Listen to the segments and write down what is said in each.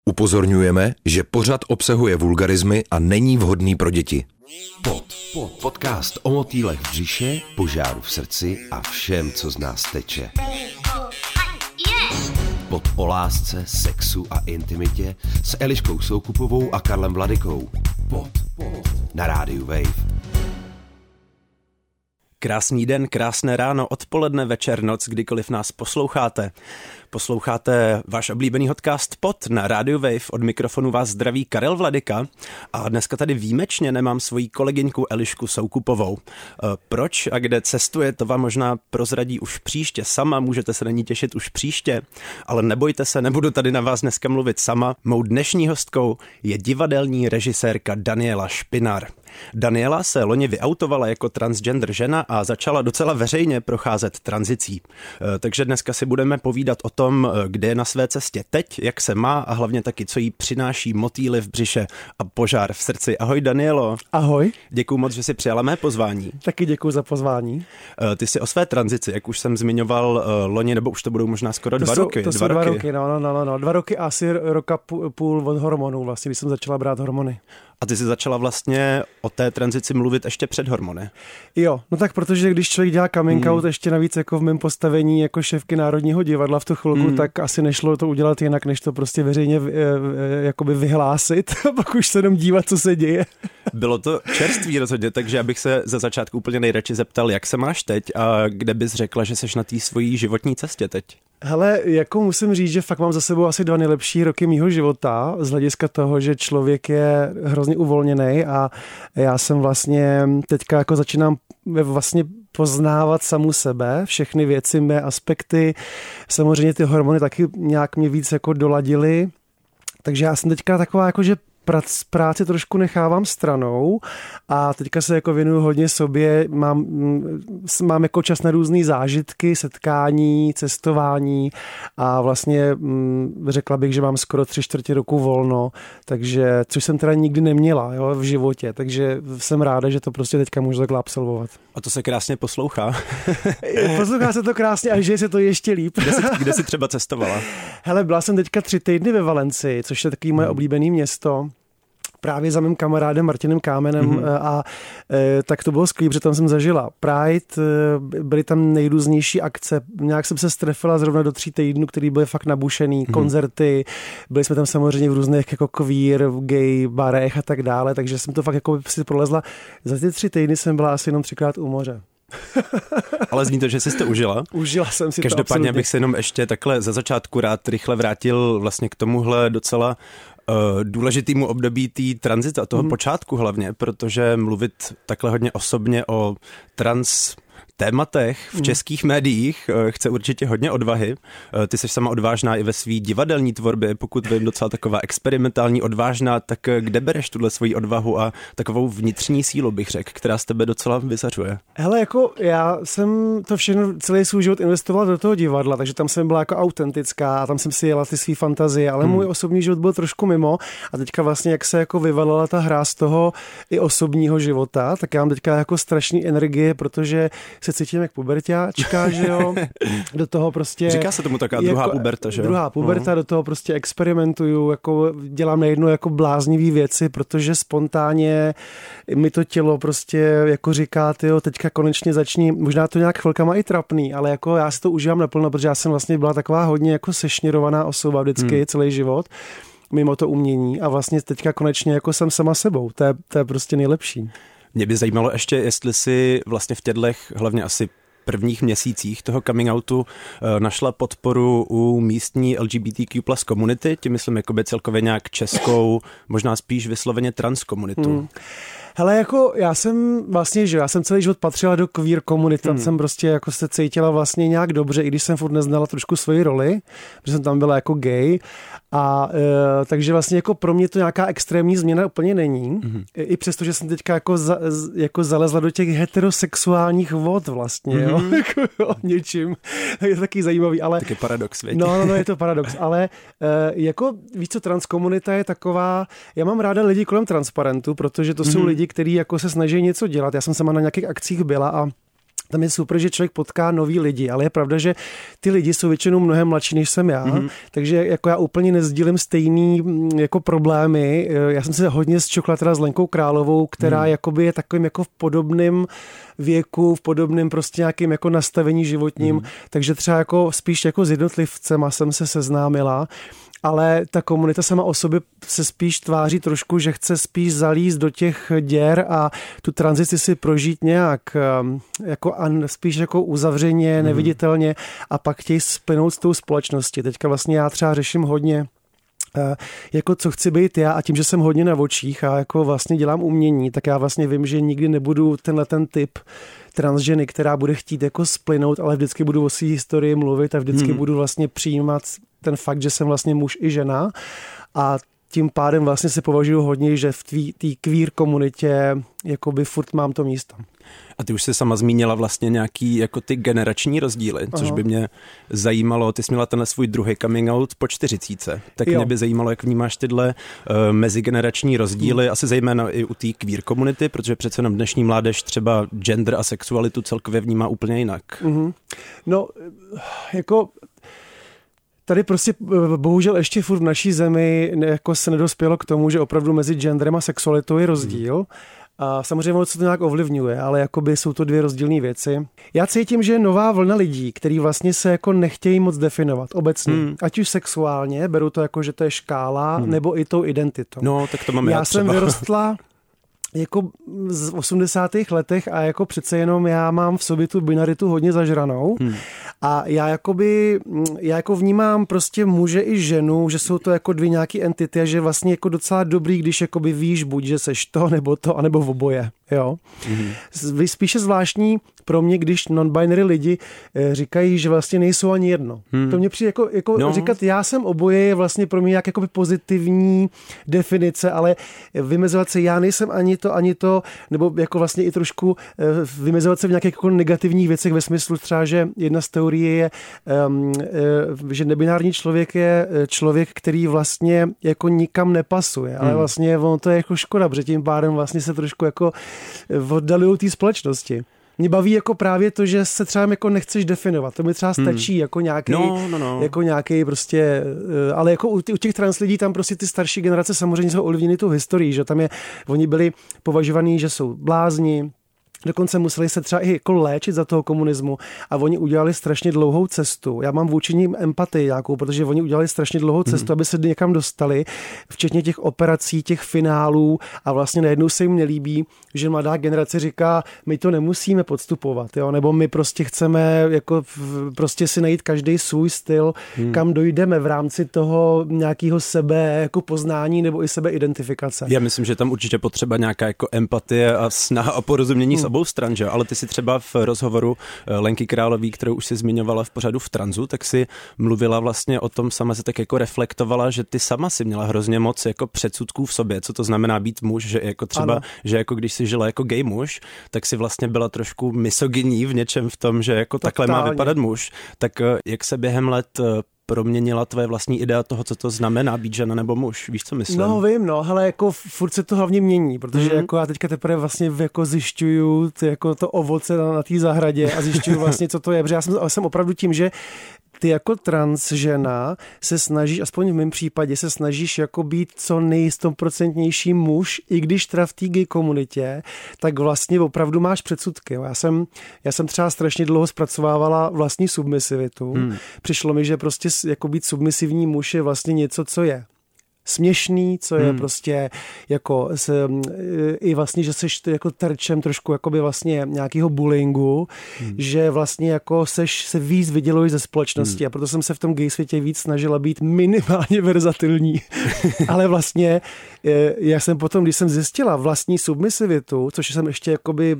Upozorňujeme, že pořad obsahuje vulgarismy a není vhodný pro děti. Podcast o motýlech v břiše, požáru v srdci a všem, co z nás teče. Pod o lásce, sexu a intimitě s Eliškou Soukupovou a Karlem Vladykou. Na rádiu Wave. Krásný den, krásné ráno, odpoledne, večer, noc, kdykoliv nás posloucháte. Posloucháte váš oblíbený podcast Pod na rádiu Wave. Od mikrofonu vás zdraví Karel Vladyka a dneska tady výjimečně nemám svoji kolegyňku Elišku Soukupovou. Proč a kde cestuje, to vám možná prozradí už příště sama, můžete se na ní těšit už příště, ale nebojte se, nebudu tady na vás dneska mluvit sama. Mou dnešní hostkou je divadelní režisérka Daniela Špinar. Daniela se loni vyautovala jako transgender žena a začala docela veřejně procházet tranzicí. Takže dneska si budeme povídat o tom, kde je na své cestě teď, jak se má a hlavně taky, co jí přináší motýly v břiše a požár v srdci. Ahoj Danielo. Ahoj. Děkuju moc, že jsi přijala mé pozvání. Taky děkuju za pozvání. Ty jsi o své tranzici, jak už jsem zmiňoval loni, nebo už to budou možná skoro to 2 roky. To jsou 2 roky, no. 2 roky a asi roka půl od hormonů, vlastně, když jsem začala brát hormony. A ty jsi začala vlastně o té tranzici mluvit ještě před hormony. Jo, no tak protože když člověk dělá coming out ještě navíc jako v mém postavení jako šéfky Národního divadla v tu chvilku, tak asi nešlo to udělat jinak, než to prostě veřejně jakoby vyhlásit, pak už se jenom dívat, co se děje. Bylo to čerstvý rozhodně, takže abych se za začátku úplně nejradši zeptal, jak se máš teď a kde bys řekla, že seš na té svojí životní cestě teď? Hele, jako musím říct, že fakt mám za sebou asi 2 nejlepší roky mýho života z hlediska toho, že člověk je hrozně uvolněný a já jsem vlastně teďka jako začínám vlastně poznávat samu sebe, všechny věci, mé aspekty. Samozřejmě ty hormony taky nějak mě víc jako doladily, takže já jsem teďka taková jako, že práci trošku nechávám stranou a teďka se jako věnuju hodně sobě, mám jako čas na různý zážitky, setkání, cestování a vlastně řekla bych, že mám skoro 3/4 roku volno, takže, což jsem teda nikdy neměla, jo, v životě, takže jsem ráda, že to prostě teďka můžu takhle absolvovat. A to se krásně poslouchá. Poslouchá se to krásně a žije se to ještě líp. Kde jsi třeba cestovala? Hele, byla jsem teďka 3 týdny ve Valencii, což je takový moje oblíbené město. Právě za mým kamarádem Martinem Kámenem a tak to bylo skvělé, protože tam jsem zažila Pride, byly tam nejrůznější akce, nějak jsem se strefila zrovna do 3 týdnů, který byly fakt nabušený, koncerty, byli jsme tam samozřejmě v různých jako queer, gay barech a tak dále, takže jsem to fakt jako si prolezla. Za ty 3 týdny jsem byla asi jenom 3krát u moře. Ale zní to, že jsi to užila. Užila jsem si to. Každopádně bych se jenom ještě takhle za začátku rád rychle vrátil vlastně k tomuhle docela důležitýmu období té tranzice a toho počátku hlavně, protože mluvit takhle hodně osobně o trans tématech v českých médiích chce určitě hodně odvahy. Ty jsi sama odvážná i ve své divadelní tvorbě, pokud vím, docela taková experimentální, odvážná, tak kde bereš tuhle svoji odvahu a takovou vnitřní sílu, bych řekl, která z tebe docela vyzařuje? Hele, jako já jsem to všechno celý svůj život investovala do toho divadla, takže tam jsem byla jako autentická a tam jsem si jela ty svý fantazie, ale můj osobní život byl trošku mimo a teďka vlastně, jak se jako vyvalila ta hra z toho i osobního života, tak já mám teďka jako strašný energie, protože se cítím jak puberťáčka, že jo, do toho prostě... Říká se tomu taková druhá puberta, že jo? Druhá puberta, do toho prostě experimentuju, jako dělám nejednou jako bláznivý věci, protože spontánně mi to tělo prostě jako říká, tyjo, teďka konečně začni, možná to nějak chvilkama i trapný, ale jako já si to užívám naplno, protože já jsem vlastně byla taková hodně jako sešněrovaná osoba vždycky celý život, mimo to umění a vlastně teďka konečně jako jsem sama sebou, to je prostě nejlepší. Mě by zajímalo ještě, jestli si vlastně v těchto hlavně asi prvních měsících toho coming outu našla podporu u místní LGBTQ+ komunity, tím myslím jakoby celkově nějak českou, možná spíš vysloveně trans komunitu. Hele, jako já jsem vlastně, že já jsem celý život patřila do queer komunity, tam jsem prostě jako se cítila vlastně nějak dobře, i když jsem furt neznala trošku svoji roli, protože jsem tam byla jako gay a takže vlastně jako pro mě to nějaká extrémní změna úplně není, i přesto, že jsem teďka jako zalezla do těch heterosexuálních vod vlastně, jo, jako něčím, je taky zajímavý, ale... Taky paradox, věď? No, je to paradox, ale jako víc co transkomunita je taková, já mám ráda lidi kolem transparentu, protože to jsou lidi, kteří jako se snaží něco dělat. Já jsem sama na nějakých akcích byla a Tam je super, že člověk potká nový lidi, ale je pravda, že ty lidi jsou většinou mnohem mladší, než jsem já, takže jako já úplně nezdílím stejný jako problémy. Já jsem se hodně zčokla teda s Lenkou Královou, která jakoby je takovým jako v podobném věku, v podobném prostě nějakým jako nastavení životním, takže třeba jako spíš jako s jednotlivcema jsem se seznámila. Ale ta komunita sama o sobě se spíš tváří trošku, že chce spíš zalízt do těch děr a tu tranzici si prožít nějak jako spíš jako uzavřeně, neviditelně a pak chtějí splynout s tou společností. Teďka vlastně já třeba řeším hodně jako co chci být já a tím, že jsem hodně na očích a jako vlastně dělám umění, tak já vlastně vím, že nikdy nebudu ten typ transženy, která bude chtít jako splynout, ale vždycky budu o své historii mluvit a vždycky budu vlastně přijímat ten fakt, že jsem vlastně muž i žena a tím pádem vlastně se považuji hodně, že v té queer komunitě jakoby furt mám to místo. A ty už jsi sama zmínila vlastně nějaký jako ty generační rozdíly, což by mě zajímalo. Ty jsi měla tenhle svůj druhý coming out po 40. Tak mě by zajímalo, jak vnímáš tyhle mezigenerační rozdíly, asi zejména i u té queer komunity, protože přece jenom dnešní mládež třeba gender a sexualitu celkově vnímá úplně jinak. No, jako tady prostě bohužel ještě furt v naší zemi jako se nedospělo k tomu, že opravdu mezi genderem a sexualitou je rozdíl. A samozřejmě se to nějak ovlivňuje, ale jakoby jsou to dvě rozdílné věci. Já cítím, že je nová vlna lidí, kteří vlastně se jako nechtějí moc definovat obecně. Ať už sexuálně, beru to jako, že to je škála, nebo i tou identitou. No, tak to máme já jsem vyrostla jako v 80. letech a jako přece jenom já mám v sobě tu binaritu hodně zažranou a já jako vnímám prostě muže i ženu, že jsou to jako dvě nějaký entity a že vlastně jako docela dobrý, když jakoby víš buď, že seš to, anebo v oboje, jo. Spíše zvláštní pro mě, když non-binary lidi říkají, že vlastně nejsou ani jedno. To mě přijde jako říkat, já jsem oboje je vlastně pro mě jakoby pozitivní definice, ale vymezovat se, já nejsem ani to, nebo jako vlastně i trošku vymezovat se v nějakých jako negativních věcech ve smyslu třeba, že jedna z teorií je, že nebinární člověk je člověk, který vlastně jako nikam nepasuje, ale vlastně ono to je jako škoda, protože tím pádem vlastně se trošku jako oddalují té společnosti. Mě baví jako právě to, že se třeba jako nechceš definovat. To mi třeba stačí jako nějaký, jako nějaký prostě, ale jako u těch trans lidí tam prostě ty starší generace samozřejmě jsou ovlivněny tou historií, že tam oni byli považovaní, že jsou blázni, dokonce museli se třeba i jako léčit za toho komunismu a oni udělali strašně dlouhou cestu. Já mám vůči nim empatii nějakou, protože oni udělali strašně dlouhou cestu, aby se někam dostali, včetně těch operací, těch finálů a vlastně najednou se jim nelíbí, že mladá generace říká, my to nemusíme podstupovat, jo? Nebo my prostě chceme jako prostě si najít každý svůj styl, kam dojdeme v rámci toho nějakého sebe jako poznání nebo i sebeidentifikace. Já myslím, že tam určitě potřeba nějaká jako empatie a snaha o porozumění s obou stran, že? Ale ty si třeba v rozhovoru Lenky Králový, kterou už si zmiňovala v pořadu v Transu, tak si mluvila vlastně o tom, sama se tak jako reflektovala, že ty sama si měla hrozně moc jako předsudků v sobě, co to znamená být muž, že jako třeba, že jako když si žila jako gay muž, tak si vlastně byla trošku misogyní v něčem v tom, že jako takhle má vypadat muž. Tak jak se během let proměnila tvoje vlastní idea toho, co to znamená být žena nebo muž? Víš, co myslím? No, vím, ale jako furt se to hlavně mění, protože jako já teďka teprve vlastně jako zjišťuju jako to ovoce na té zahradě a zjišťuju vlastně, co to je, protože já jsem opravdu tím, že ty jako trans žena se snažíš, aspoň v mém případě, se snažíš jako být co nejstoprocentnější muž, i když teda v té gay komunitě, tak vlastně opravdu máš předsudky. Já jsem třeba strašně dlouho zpracovávala vlastní submisivitu. Přišlo mi, že prostě jako být submisivní muž je vlastně něco, co je směšný, co je prostě jako i vlastně, že seš jako terčem trošku jakoby vlastně nějakého bullyingu, že vlastně jako se víc vyděluješ ze společnosti a proto jsem se v tom gay světě víc snažila být minimálně verzatilní. Ale vlastně já jsem potom, když jsem zjistila vlastní submisivitu, což jsem ještě jakoby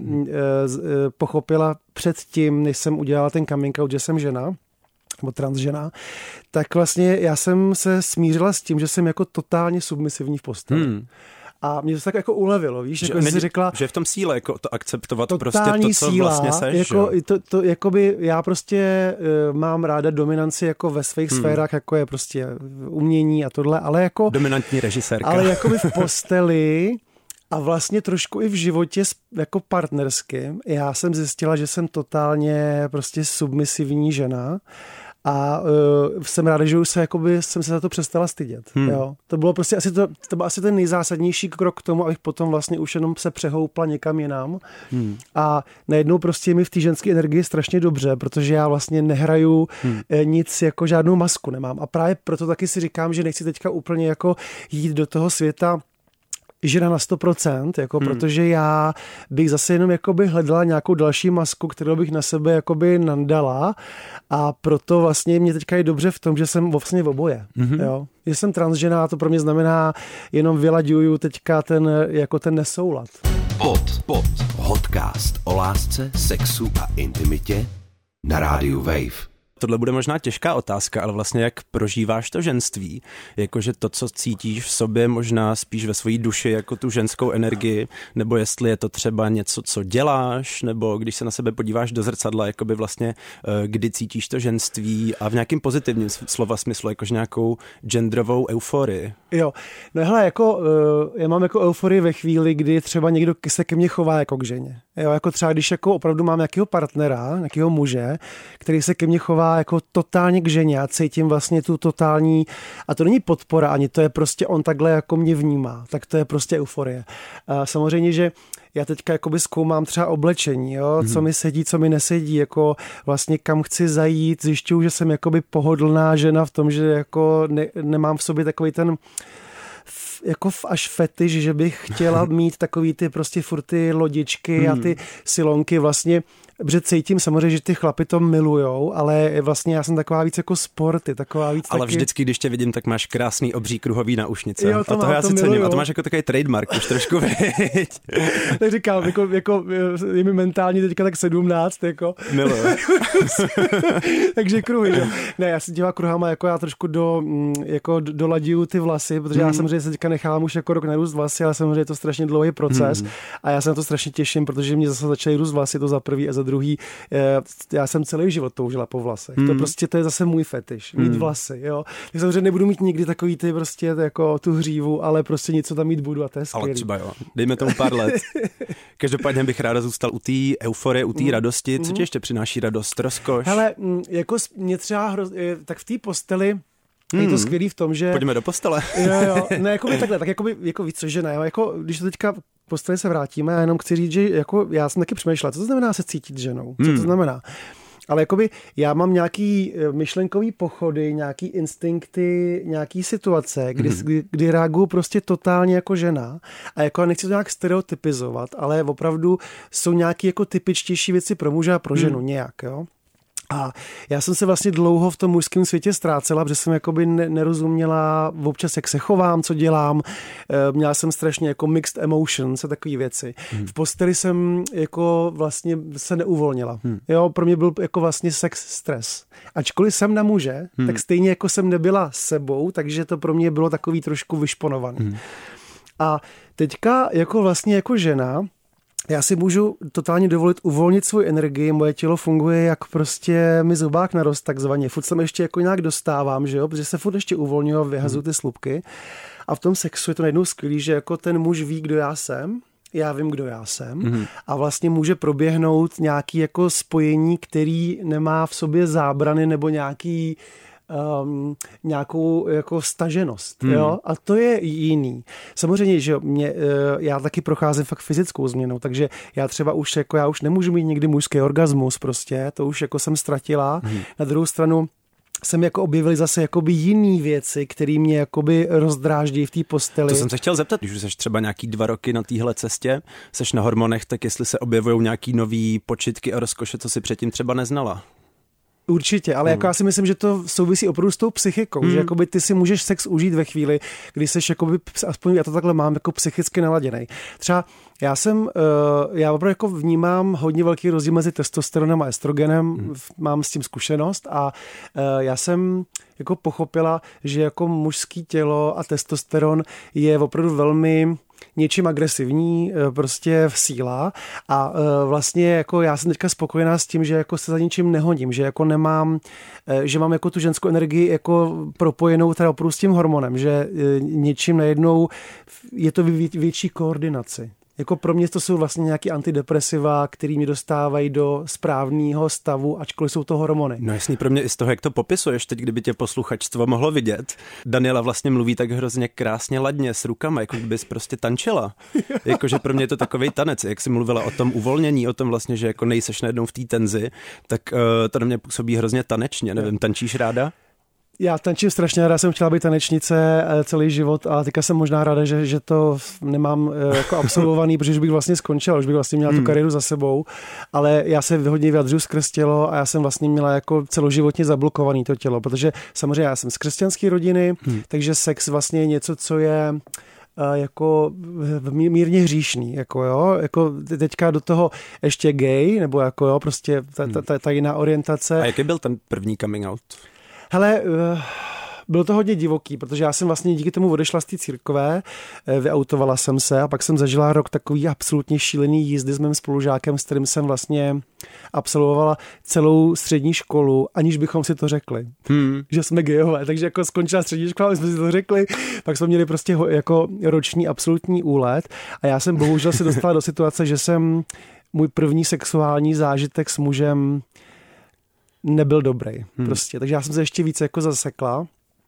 pochopila předtím, než jsem udělala ten coming out, že jsem žena, nebo transžena, tak vlastně já jsem se smířila s tím, že jsem jako totálně submisivní v posteli. A mě to tak jako ulevilo, víš, jako jsi řekla, že je v tom síle jako to akceptovat prostě to, co síla, vlastně seš. Jako, to jakoby já prostě mám ráda dominanci jako ve svých sférách, jako je prostě umění a tohle, ale jako dominantní režisérka. Ale jakoby v posteli A vlastně trošku i v životě jako partnerským. Já jsem zjistila, že jsem totálně prostě submisivní žena. A jsem ráda, že už jsem se za to přestala stydět. Jo. To bylo prostě to byl asi ten nejzásadnější krok k tomu, abych potom vlastně už jenom se přehoupla někam jinam. A najednou prostě mi v té ženské energii strašně dobře, protože já vlastně nehraju nic, jako žádnou masku nemám. A právě proto taky si říkám, že nechci teďka úplně jako jít do toho světa žena na 100%, jako protože já bych zase jenom jakoby hledala nějakou další masku, kterou bych na sebe jakoby nandala, a proto vlastně mě teďka je dobře v tom, že jsem vlastně v oboje. Jo? Že jsem transžena, a to pro mě znamená jenom vylaďuju teďka ten nesoulad. Podcast o lásce, sexu a intimitě na rádiu Wave. Tohle bude možná těžká otázka, ale vlastně jak prožíváš to ženství? Jakože to, co cítíš v sobě, možná spíš ve své duši jako tu ženskou energii, nebo jestli je to třeba něco, co děláš, nebo když se na sebe podíváš do zrcadla, jakoby vlastně kdy cítíš to ženství a v nějakým pozitivním slova smyslu, jakože nějakou genderovou euforii. Jo, no hele, jako já mám jako euforii ve chvíli, kdy třeba někdo se ke mně chová jako k ženě. Jo, jako třeba když jako opravdu mám nějakého partnera, nějakého muže, který se ke mně chová jako totálně k ženě a cítím vlastně tu totální, a to není podpora ani, to je prostě on takhle jako mě vnímá, tak to je prostě euforie. A samozřejmě, že já teďka jakoby zkoumám třeba oblečení, jo, co mi sedí, co mi nesedí, jako vlastně kam chci zajít, zjišťuju, že jsem jakoby pohodlná žena v tom, že jako nemám v sobě takový ten jako až fetiš, že bych chtěla mít takový ty prostě furt ty lodičky a ty silonky vlastně, protože cítím samozřejmě, že ty chlapi to milujou, ale vlastně já jsem taková víc jako sporty, taková víc ale taky... vždycky, když tě vidím, tak máš krásný obří kruhový naušnice. Jo, to a toho já si miluju. cením. A to máš jako takový trademark už trošku, viď? Tak říkám, jako je mi mentálně teďka tak 17, jako. Miluju. Takže kruhy, jo. Ne, já si těma kruhama jako já trošku dolaďuju ty vlasy, protože já samozřejmě se teďka nechám už jako rok narůst vlasy, ale samozřejmě je to strašně dlouhý proces a já se na to strašně těším, protože mě zase začaly růst vlasy, to za prvý, a za druhý, já jsem celý život toužila po vlasech. To je zase můj fetiš, mít vlasy, jo. Tak samozřejmě nebudu mít nikdy takový ty prostě jako tu hřívu, ale prostě něco tam mít budu a to je skvělý. Ale třeba jo, dejme tomu pár let. Každopádně bych ráda zůstal u té euforie, u té radosti. Co ti ještě přináší radost, rozkoš? Hele, jako mě třeba tak v té posteli je to skvělý v tom, že... Pojďme do postele. Jo, ne, jako by takhle, tak jako víc, že ne, jako když to teďka posteli se vrátíme, já jenom chci říct, že jako já jsem taky přemýšlela, co to znamená se cítit ženou, co to znamená. Ale jakoby já mám nějaký myšlenkový pochody, nějaký instinkty, nějaký situace, kdy reaguju prostě totálně jako žena a jako nechci to nějak stereotypizovat, ale opravdu jsou nějaký jako typičtější věci pro muže a pro ženu nějak, jo. A já jsem se vlastně dlouho v tom mužském světě ztrácela, protože jsem jakoby nerozuměla občas, jak se chovám, co dělám. Měla jsem strašně jako mixed emotions a takové věci. V posteli jsem jako vlastně se neuvolnila. Jo, pro mě byl jako vlastně sex stres. Ačkoliv jsem na muže, tak stejně jako jsem nebyla sebou, takže to pro mě bylo takový trošku vyšponovaný. A teďka jako vlastně jako žena já si můžu totálně dovolit uvolnit svou energii, moje tělo funguje jak prostě mi zubák narost takzvaně. Furt jsem ještě jako nějak dostávám, že jo, protože se furt ještě uvolňuji a vyhazuju ty slupky. A v tom sexu je to najednou skvělý, že jako ten muž ví, kdo já jsem, já vím, kdo já jsem a vlastně může proběhnout nějaký jako spojení, který nemá v sobě zábrany nebo nějakou jako staženost, jo? A to je jiný. Samozřejmě, že já taky procházím fakt fyzickou změnou, takže já třeba už nemůžu mít někdy mužský orgasmus prostě, to už jako jsem ztratila. Na druhou stranu jsem jako objevil zase jakoby jiný věci, které mě jakoby rozdráždí v té posteli. To jsem se chtěl zeptat, když už jsi třeba nějaký 2 roky na téhle cestě, seš na hormonech, tak jestli se objevují nějaký nový počitky a rozkoše, co si předtím třeba neznala. Určitě, ale jako já si myslím, že to souvisí opravdu s tou psychikou, že jakoby ty si můžeš sex užít ve chvíli, kdy seš jakoby, aspoň já to takhle mám, jako psychicky naladěnej. Třeba já opravdu jako vnímám hodně velký rozdíl mezi testosteronem a estrogenem, mám s tím zkušenost a já jsem jako pochopila, že jako mužský tělo a testosteron je opravdu velmi něčím agresivní, prostě v síla a vlastně jako já jsem teďka spokojená s tím, že jako se za ničím nehodím, že jako nemám, že mám jako tu ženskou energii jako propojenou teda opravdu s tím hormonem, že něčím najednou je to větší koordinaci. Jako pro mě to jsou vlastně nějaký antidepresiva, který mě dostávají do správného stavu, ačkoliv jsou to hormony. No jasný, pro mě i z toho, jak to popisuješ, teď kdyby tě posluchačstvo mohlo vidět. Daniela vlastně mluví tak hrozně krásně ladně s rukama, jako kdybys prostě tančila. Jakože pro mě je to takovej tanec, jak jsi mluvila o tom uvolnění, o tom vlastně, že jako nejseš najednou v té tenzi, tak to na mě působí hrozně tanečně, nevím, tančíš ráda? Já tančím strašně ráda, jsem chtěla být tanečnice celý život a teďka jsem možná ráda, že to nemám jako absolvovaný, protože už bych vlastně skončila, už bych vlastně měla tu kariéru za sebou, ale já se hodně vyjadřuju skrz tělo a já jsem vlastně měla jako celoživotně zablokovaný to tělo, protože samozřejmě já jsem z křesťanské rodiny, takže sex vlastně je něco, co je jako mírně hříšný, jako jo, jako teďka do toho ještě gay, nebo jako jo, prostě ta jiná orientace. A jaký byl ten první coming out? Hele, bylo to hodně divoký, protože já jsem vlastně díky tomu odešla z té církve, vyautovala jsem se a pak jsem zažila rok takový absolutně šílený jízdy s mým spolužákem, s kterým jsem vlastně absolvovala celou střední školu, aniž bychom si to řekli, že jsme gejové. Takže jako skončila střední škola, my jsme si to řekli, pak jsme měli prostě jako roční absolutní úlet a já jsem bohužel se dostala do situace, že jsem můj první sexuální zážitek s mužem nebyl dobrý prostě. Takže já jsem se ještě více jako zasekla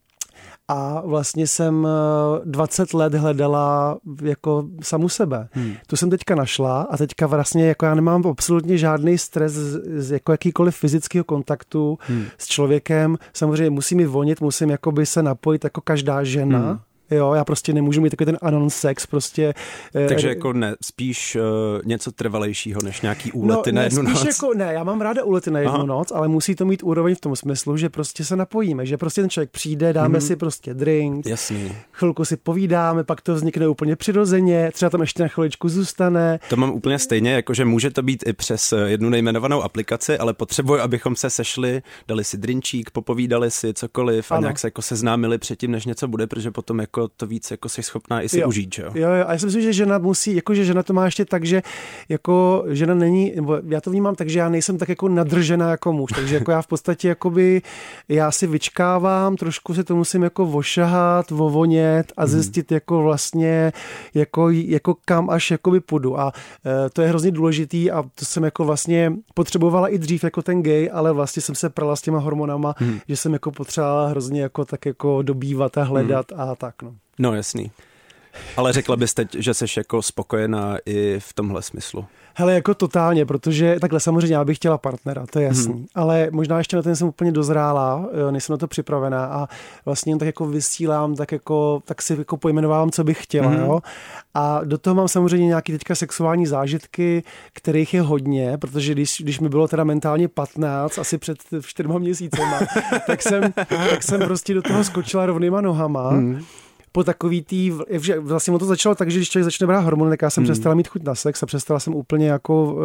a vlastně jsem 20 let hledala jako samu sebe. Tu jsem teďka našla a teďka vlastně jako já nemám absolutně žádný stres z jako jakýkoliv fyzického kontaktu s člověkem. Samozřejmě musím mi vonit, musím jakoby se napojit jako každá žena. Jo, já prostě nemůžu mít takový ten anon sex prostě. Takže jako ne, spíš něco trvalejšího, než nějaký úlety na jednu noc? Jako, ne, já mám ráda úlety na jednu noc, ale musí to mít úroveň v tom smyslu, že prostě se napojíme, že prostě ten člověk přijde, dáme si prostě drink, chvilku si povídáme, pak to vznikne úplně přirozeně, třeba tam ještě na chviličku zůstane. To mám úplně stejně, jakože může to být i přes jednu nejmenovanou aplikaci, ale potřebuji, abychom se sešli, dali si drinčík, popovídali si cokoliv a nějak se jako seznámili předtím, než něco bude, protože potom jako to víc jako jsi schopná i si užít, jo? Jo, a já si myslím, že žena musí, jakože žena to má ještě tak, že jako žena není, nebo já to vnímám tak, že já nejsem tak jako nadržená jako muž, takže jako já v podstatě jakoby, já si vyčkávám, trošku se to musím jako vošahat, vovonět a zjistit jako vlastně, jako kam až jakoby půjdu a to je hrozně důležitý a to jsem jako vlastně potřebovala i dřív jako ten gay, ale vlastně jsem se prala s těma hormonama, že jsem jako potřebovala hrozně jako tak jako dobývat a hledat a tak, no. No jasný. Ale řekla bys teď, že jsi jako spokojená i v tomhle smyslu? Hele, jako totálně, protože takhle samozřejmě já bych chtěla partnera, to je jasný, ale možná ještě na ten jsem úplně dozrála, nejsem na to připravená a vlastně tak jako vysílám, tak si jako pojmenovávám, co bych chtěla, jo. A do toho mám samozřejmě nějaký teďka sexuální zážitky, kterých je hodně, protože když mi bylo teda mentálně 15, asi před 4 měsícema, tak jsem prostě do toho skočila rovnýma nohama. Po takový vlastně to začalo tak, že když člověk začne brát hormony, tak já jsem přestala mít chuť na sex a přestala jsem úplně jako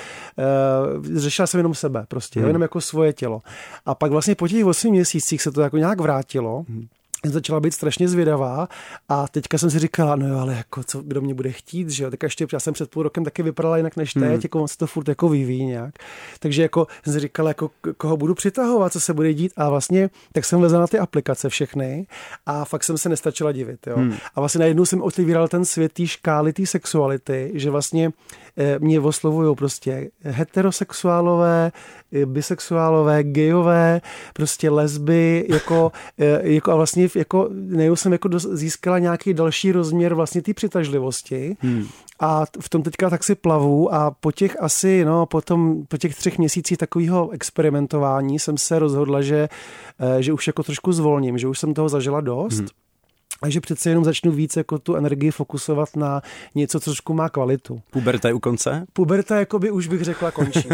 řešila jsem jenom sebe prostě, jenom jako svoje tělo. A pak vlastně po těch 8 měsících se to jako nějak vrátilo. Začala být strašně zvědavá a teďka jsem si říkala, no jo, ale jako co, kdo mě bude chtít, že jo, tak ještě já jsem před půl rokem taky vypadala jinak než teď, jako on se to furt jako vyvíjí nějak. Takže jako jsem si říkala, jako koho budu přitahovat, co se bude dít a vlastně tak jsem lezla na ty aplikace všechny a fakt jsem se nestačila divit, jo. A vlastně najednou jsem otevíral ten svět té škály, té sexuality, že vlastně mě oslovujou prostě heterosexuálové, bisexuálové, gejové, prostě lesby, jako a vlastně jako najednou jsem jako získala nějaký další rozměr vlastně té přitažlivosti a v tom teďka tak si plavu a po těch asi, po těch 3 měsících takového experimentování jsem se rozhodla, že už jako trošku zvolním, že už jsem toho zažila dost. A že přece jenom začnu víc jako tu energii fokusovat na něco, co trošku má kvalitu. Puberta je u konce? Puberta jakoby už bych řekla končí.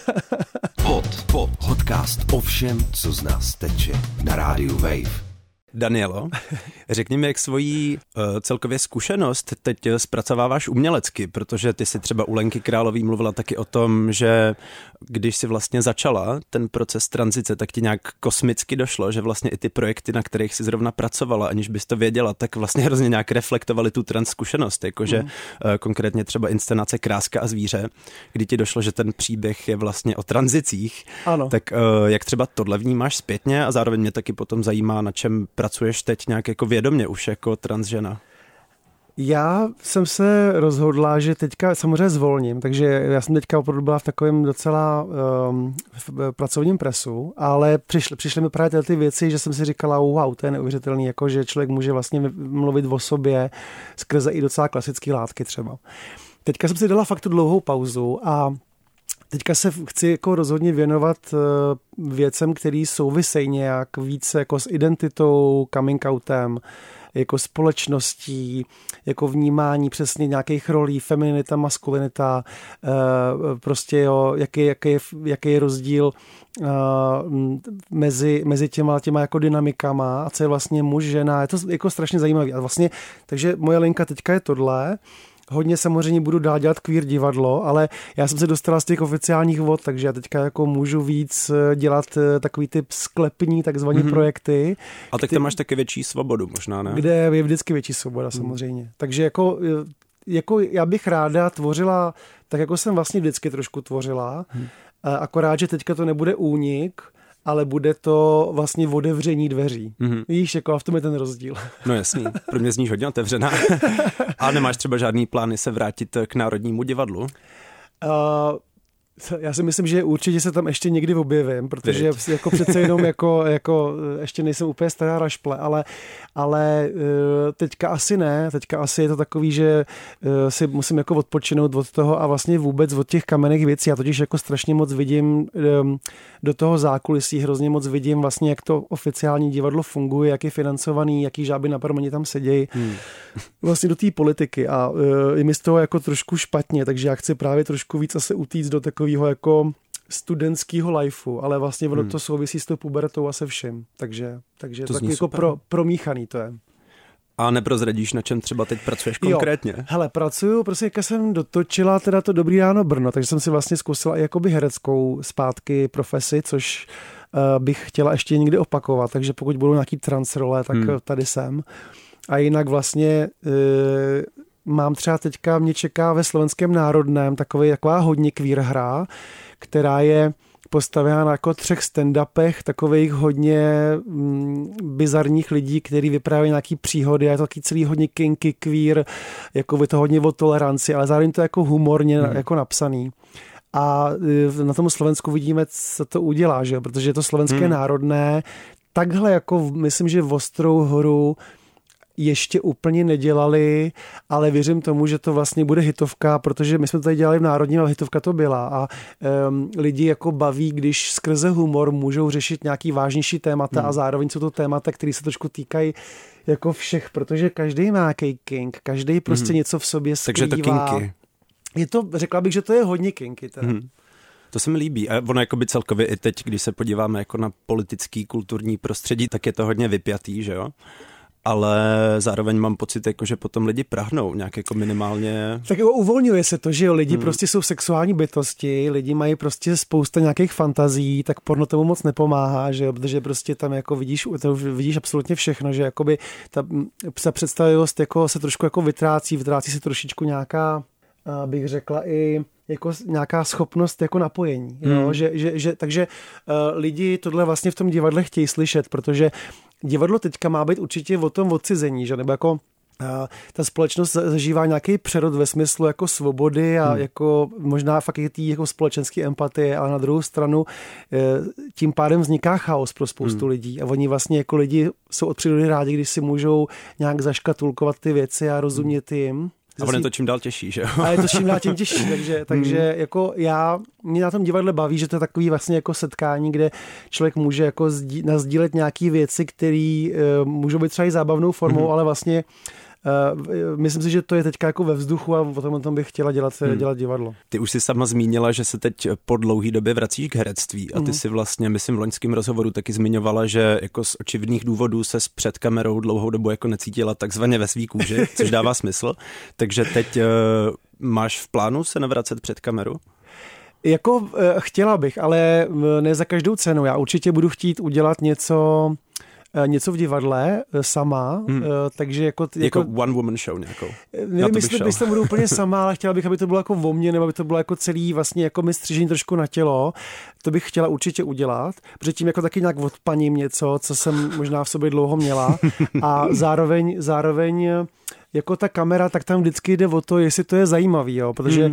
Podcast o všem, co z nás teče na rádiu Wave. Danielo, řekni mi, jak svoji celkově zkušenost teď zpracováváš umělecky, protože ty si třeba u Lenky Králový mluvila taky o tom, že když si vlastně začala ten proces tranzice, tak ti nějak kosmicky došlo, že vlastně i ty projekty, na kterých si zrovna pracovala, aniž bys to věděla, tak vlastně hrozně nějak reflektovaly tu trans zkušenost, jakože konkrétně třeba inscenace Kráska a zvíře, kdy ti došlo, že ten příběh je vlastně o tranzicích. Ano. Tak jak třeba tohle vnímáš zpětně a zároveň mě taky potom zajímá, na čem pracuješ teď nějak jako vědomě už jako transžena? Já jsem se rozhodla, že teďka samozřejmě zvolním, takže já jsem teďka opravdu byla v takovém docela v pracovním presu, ale přišly mi právě ty věci, že jsem si říkala, wow, to je neuvěřitelný, jako že člověk může vlastně mluvit o sobě skrze i docela klasické látky třeba. Teďka jsem si dala fakt tu dlouhou pauzu a teďka se chci jako rozhodně věnovat věcem, který souvisejí nějak více jako s identitou, coming outem, jako společností, jako vnímání přesně nějakých rolí, femininita, maskulinita, prostě jo, jaký je rozdíl mezi těma jako dynamikama a co je vlastně muž, žena, je to jako strašně zajímavé. A vlastně, takže moje linka teďka je tohle. Hodně samozřejmě budu dál dělat queer divadlo, ale já jsem se dostala z těch oficiálních vod, takže já teďka jako můžu víc dělat takový typ sklepní takzvané projekty. A tak tam máš taky větší svobodu možná, ne? Kde je vždycky větší svoboda samozřejmě. Takže jako já bych ráda tvořila, tak jako jsem vlastně vždycky trošku tvořila, akorát, že teďka to nebude únik, ale bude to vlastně otevření dveří. Víš, jako a v tom je ten rozdíl. No jasný, pro mě zníš hodně otevřená. A nemáš třeba žádný plány se vrátit k Národnímu divadlu? Já si myslím, že určitě se tam ještě někdy objevím, protože jako přece jenom jako ještě nejsem úplně stará rašple, ale teďka asi ne, teďka asi je to takový, že si musím jako odpočinout od toho a vlastně vůbec od těch kamenných věcí. Já totiž jako strašně moc vidím do toho zákulisí, hrozně moc vidím vlastně, jak to oficiální divadlo funguje, jak je financovaný, jaký žáby na promeni tam sedějí. Vlastně do té politiky a je mi z toho jako trošku špatně, takže já chci právě trošku víc asi utíct do takového jako studentského lifeu, ale vlastně ono to souvisí s tou pubertou a se vším. Takže to tak jako promíchaný to je. A neprozradíš, na čem třeba teď pracuješ konkrétně? Jo. Hele, pracuju, prostě jak jsem dotočila teda to Dobrý ráno Brno, takže jsem si vlastně zkusila i jakoby hereckou zpátky profesi, což bych chtěla ještě někdy opakovat, takže pokud budou nějaký transrole, tak tady jsem. A jinak vlastně mám třeba teďka, mě čeká ve Slovenském národném taková hodně queer hra, která je postavená na jako 3 stand-upech takových hodně bizarních lidí, kteří vyprávějí nějaký příhody a je to taky celý hodně kinky, queer, jako je to hodně o toleranci, ale zároveň to jako humorně jako napsaný. A na tom Slovensku vidíme, co to udělá, že? Protože je to Slovenské národné, takhle jako myslím, že v Ostrou horu ještě úplně nedělali, ale věřím tomu, že to vlastně bude hitovka, protože my jsme to tady dělali v Národním, ale hitovka to byla a lidi jako baví, když skrze humor můžou řešit nějaký vážnější témata a zároveň jsou to témata, které se trošku týkají jako všech, protože každý má nějaký kink, každý prostě něco v sobě skrývá. Takže to kinky. Je to, řekla bych, že to je hodně kinky. To se mi líbí. A ono jakoby celkově i teď, když se podíváme jako na politický, kulturní prostředí, tak je to hodně vypjatý, že jo? Ale zároveň mám pocit, jako, že potom lidi prahnou nějak jako minimálně. Tak jako uvolňuje se to, že jo, lidi prostě jsou sexuální bytosti, lidi mají prostě spousta nějakých fantazí, tak porno tomu moc nepomáhá, že jo, protože prostě tam jako vidíš absolutně všechno, že jakoby ta představivost jako se trošku jako vytrácí se trošičku nějaká, bych řekla i jako nějaká schopnost jako napojení, jo? Takže lidi tohle vlastně v tom divadle chtějí slyšet, protože divadlo teďka má být určitě o tom odcizení, že nebo jako ta společnost zažívá nějaký přerod ve smyslu jako svobody a jako možná fakt i tý jako společenský empatie, ale na druhou stranu tím pádem vzniká chaos pro spoustu lidí a oni vlastně jako lidi jsou od přírody rádi, když si můžou nějak zaškatulkovat ty věci a rozumět jim. A on je to čím dál těžší, že jo? A je to čím dál tím těžší, takže jako mě na tom divadle baví, že to je takový vlastně jako setkání, kde člověk může jako nasdílet nějaký věci, které můžou být třeba i zábavnou formou, ale vlastně myslím si, že to je teďka jako ve vzduchu a potom o tom bych chtěla dělat divadlo. Ty už jsi sama zmínila, že se teď po dlouhý době vracíš k herectví a ty si vlastně, myslím, v loňském rozhovoru taky zmiňovala, že jako z očividných důvodů se před kamerou dlouhou dobu jako necítila takzvaně ve svý kůži, což dává smysl. Takže teď máš v plánu se navracet před kameru? Jako chtěla bych, ale ne za každou cenu. Já určitě budu chtít udělat něco v divadle sama, takže jako one woman show nějakou. Nevím, jestli to budu úplně sama, ale chtěla bych, aby to bylo jako o mně, nebo aby to bylo jako celý vlastně jako mi střižení trošku na tělo. To bych chtěla určitě udělat, protože tím jako taky nějak odpaním něco, co jsem možná v sobě dlouho měla a zároveň jako ta kamera, tak tam vždycky jde o to, jestli to je zajímavý, jo, protože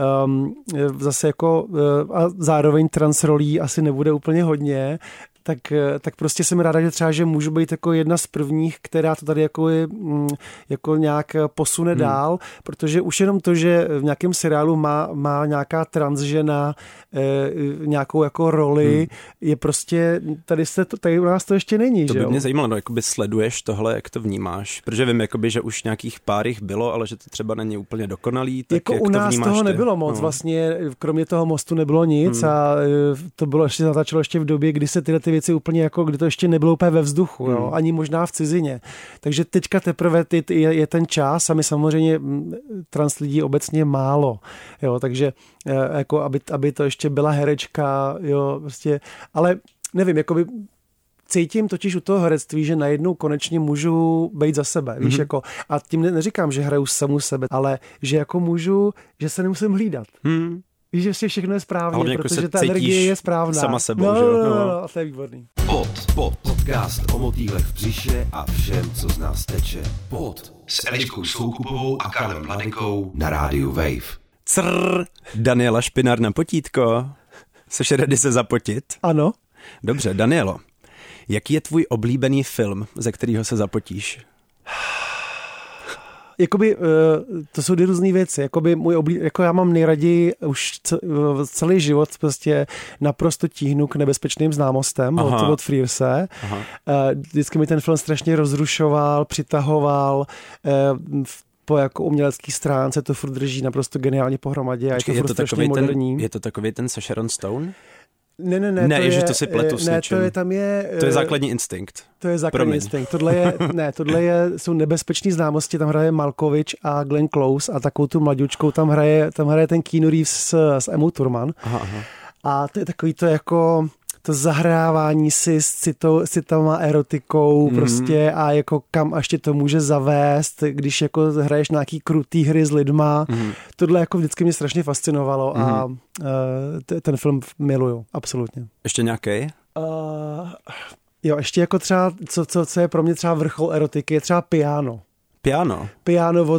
zase jako a zároveň transrolí asi nebude úplně hodně, tak prostě jsem ráda, že třeba, že můžu být jako jedna z prvních, která to tady jako nějak posune dál, protože už jenom to, že v nějakém seriálu má nějaká transžena nějakou jako roli, je prostě, tady u nás to ještě není, to že by jo? mě zajímalo, no, jakoby sleduješ tohle, jak to vnímáš, protože vím, jakoby, že už nějakých pár jich bylo, ale že to třeba není úplně dokonalý, tak jako jak u nás to vnímáš toho ty? nebylo moc, vlastně kromě toho mostu nebylo nic a to bylo ještě natáčelo ještě v době, kdy se tyhle ty věci úplně jako, kdy to ještě nebylo úplně ve vzduchu, jo? Ani možná v cizině. Takže teďka teprve je ten čas a my samozřejmě trans lidí obecně málo, jo? Takže jako aby to ještě byla herečka, jo, prostě, ale nevím, jakoby cítím totiž u toho herectví, že najednou konečně můžu být za sebe, víš, jako, a tím neříkám, že hraju samu sebe, ale že jako můžu, že se nemusím hlídat. Víš, že všechno je správně, protože ta energie je správná. Sama sebou, že jo? No, a to je výborný. Podcast o motýlech v břiše a všem, co z nás teče. Pod s Eliškou Soukupovou a Karlem Mladenkou na rádiu Wave. Daniela Špinár na potítko. Seš ready se zapotit? Ano. Dobře, Danielo, jaký je tvůj oblíbený film, ze kterého se zapotíš? Jakoby, to jsou dvě různý věci. Jakoby jako já mám nejraději už celý život prostě naprosto tíhnu k nebezpečným známostem od Frearse. Vždycky mi ten film strašně rozrušoval, přitahoval, po jako umělecký stránce to furt drží naprosto geniálně pohromadě a je to furt strašně moderní. Je to takový ten se Sharon Stone? Ne, to si pletu s něčím. To je základní instinkt. To je základní instinkt. Tohle jsou nebezpečný známosti, tam hraje Malkovich a Glenn Close a takovou tu mladoučkou tam hraje ten Keanu Reeves s Emou Thurman. Aha. A to je takový to jako to zahrávání si s citama erotikou prostě a jako kam až tě to může zavést, když jako hraješ nějaký krutý hry s lidma. Tohle jako vždycky mě strašně fascinovalo a ten film miluju, absolutně. Ještě nějaký? Jo, ještě jako třeba, co je pro mě třeba vrchol erotiky, je třeba piano. Piano od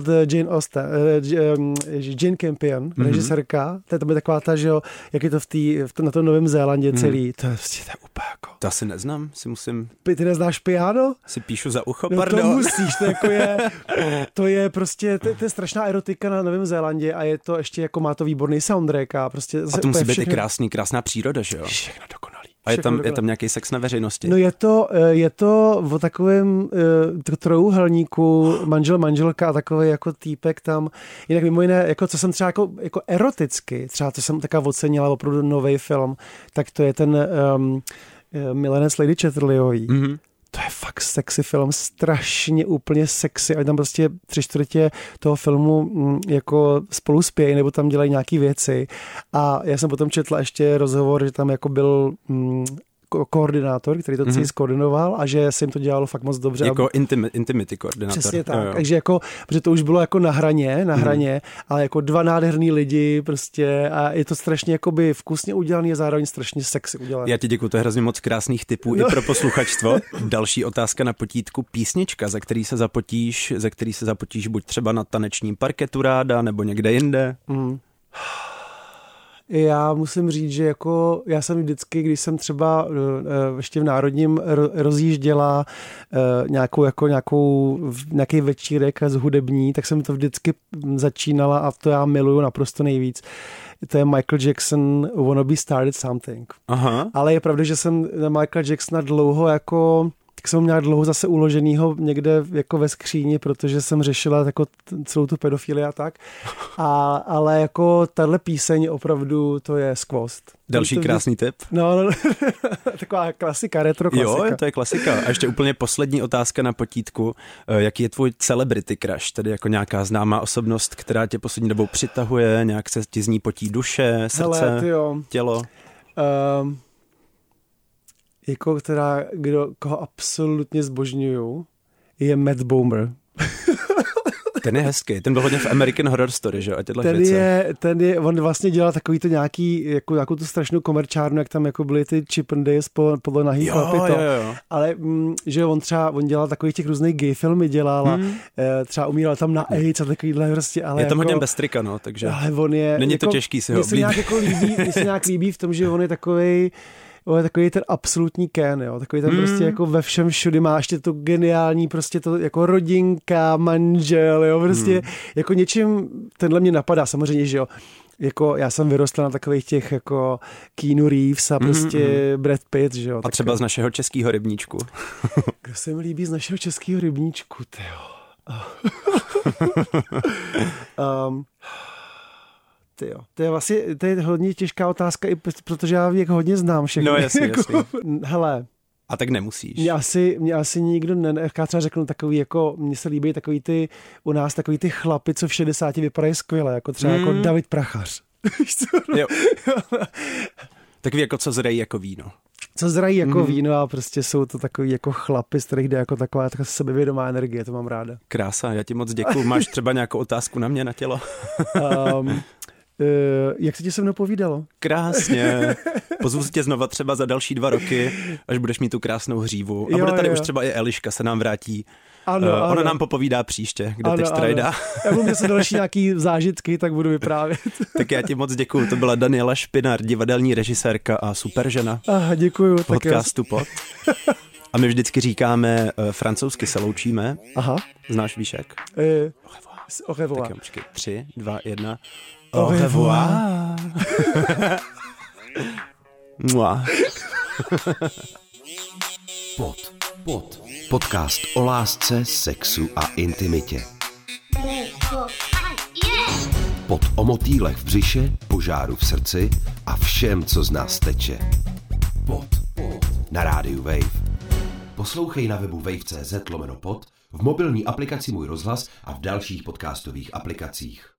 Jane Campion, režisérka. To je taková ta, že jo, jak je to na tom Novém Zélandě celý. To je úplně jako... To asi neznám, si musím... Ty neznáš piano? Si píšu za ucho, no, pardon. To musíš, to je prostě, to je strašná erotika na Novém Zélandě a je to ještě jako má to výborný soundtrack a prostě... A to musí být i krásná příroda, že jo? Všechno dokonalý. A je tam nějaký sex na veřejnosti? No je to o takovém trojúhelníku manželka a takový jako týpek tam. Jinak mimo jiné, jako co jsem třeba jako eroticky, třeba to jsem taká ocenila opravdu nový film, tak to je ten Milenec Lady Chatterleyový. To je fakt sexy film, strašně úplně sexy a tam prostě 3/4 toho filmu jako spolu spějí nebo tam dělají nějaký věci a já jsem potom četla ještě rozhovor, že tam jako byl koordinátor, který to celý skoordinoval a že se jim to dělalo fakt moc dobře. Jako intimity koordinátor. Přesně tak, jo. Takže jako, protože to už bylo jako na hraně, ale jako dva nádherný lidi prostě a je to strašně jakoby vkusně udělaný a zároveň strašně sexy udělaný. Já ti děkuju, to je hrozně moc krásných tipů i pro posluchačstvo. Další otázka na potítku, písnička, ze který se zapotíš buď třeba na tanečním parketu ráda, nebo někde jinde. Já musím říct, že jako já jsem vždycky, když jsem třeba ještě v Národním rozjížděla nějaký večírek z hudební, tak jsem to vždycky začínala a to já miluju naprosto nejvíc. To je Michael Jackson Wanna Be Started Something. Aha. Ale je pravda, že jsem na Michael Jacksona dlouho jako tak jsem ho měla dlouho zase uloženýho někde jako ve skříni, protože jsem řešila jako celou tu pedofilii a tak. Ale jako tahle píseň opravdu to je skvost. Další krásný tip. No, taková klasika, retro klasika. Jo, to je klasika. A ještě úplně poslední otázka na potítku. Jaký je tvůj celebrity crush, tedy jako nějaká známá osobnost, která tě poslední dobou přitahuje, nějak se ti z ní potí duše, srdce, tělo? Jako koho absolutně zbožňuju, je Matt Bomer. Ten je hezký, ten byl hodně v American Horror Story, že? A on vlastně dělal takový to nějakou tu strašnou komerčárnu, jak tam jako byly ty Chip and Dales podle nahý chlapy to. Jo. Ale že on dělal takových těch různých gay filmy dělal a třeba umíral tam na AIDS a takovýhle prostě, ale je tam jako, hodně bez trika, no, takže ale on je, není jako, to těžký si ho oblíbit. Mně se nějak líbí v tom, že on je takový ten absolutní Ken, jo, takový ten prostě jako ve všem všudy má ještě to geniální prostě to jako rodinka, manžel, jo, prostě jako něčím tenhle mě napadá, samozřejmě, že jo, jako já jsem vyrostl na takových těch jako Keanu Reeves a prostě Brad Pitt, že jo. A třeba z našeho českého rybníčku. Kdo se mi líbí z našeho českého rybníčku, tyjo. To je hodně těžká otázka, i protože já jak hodně znám všechny. No jasně. Hele. A tak nemusíš. Mě asi nikdo já třeba řeknu takový, jako, mně se líbí u nás takový ty chlapi, co v 60 vypadají skvěle, jako třeba jako David Prachař. Jo. Takový jako co zrají jako víno. Co zrají jako víno a prostě jsou to takový jako chlapy, z kterých jde jako taková sebevědomá energie, to mám ráda. Krása, já ti moc děkuju. Máš třeba nějakou otázku na mě, na tělo? Jak se ti se mnou povídalo? Krásně. Pozvu tě znova třeba za další 2 roky, až budeš mít tu krásnou hřívu. A bude tady už třeba i Eliška se nám vrátí. Ano. Ona nám popovídá příště, kde teď strajda. Já budu se další nějaký zážitky, tak budu vyprávět. Tak já ti moc děkuju. To byla Daniela Špinar, divadelní režisérka a super žena. Děkuju. Podcastu Pod. A my vždycky říkáme, francouzsky se loučíme. Aha. Znáš, víš jak? Au revoir. Tak jo, počkej. 3, 2, 1. Au revoir. Mua. Pod. Podcast o lásce, sexu a intimitě. Pod o motýlech v břiše, požáru v srdci a všem, co z nás teče. Pod. Na rádiu Wave. Poslouchej na webu wave.cz/pod, v mobilní aplikaci Můj rozhlas a v dalších podcastových aplikacích.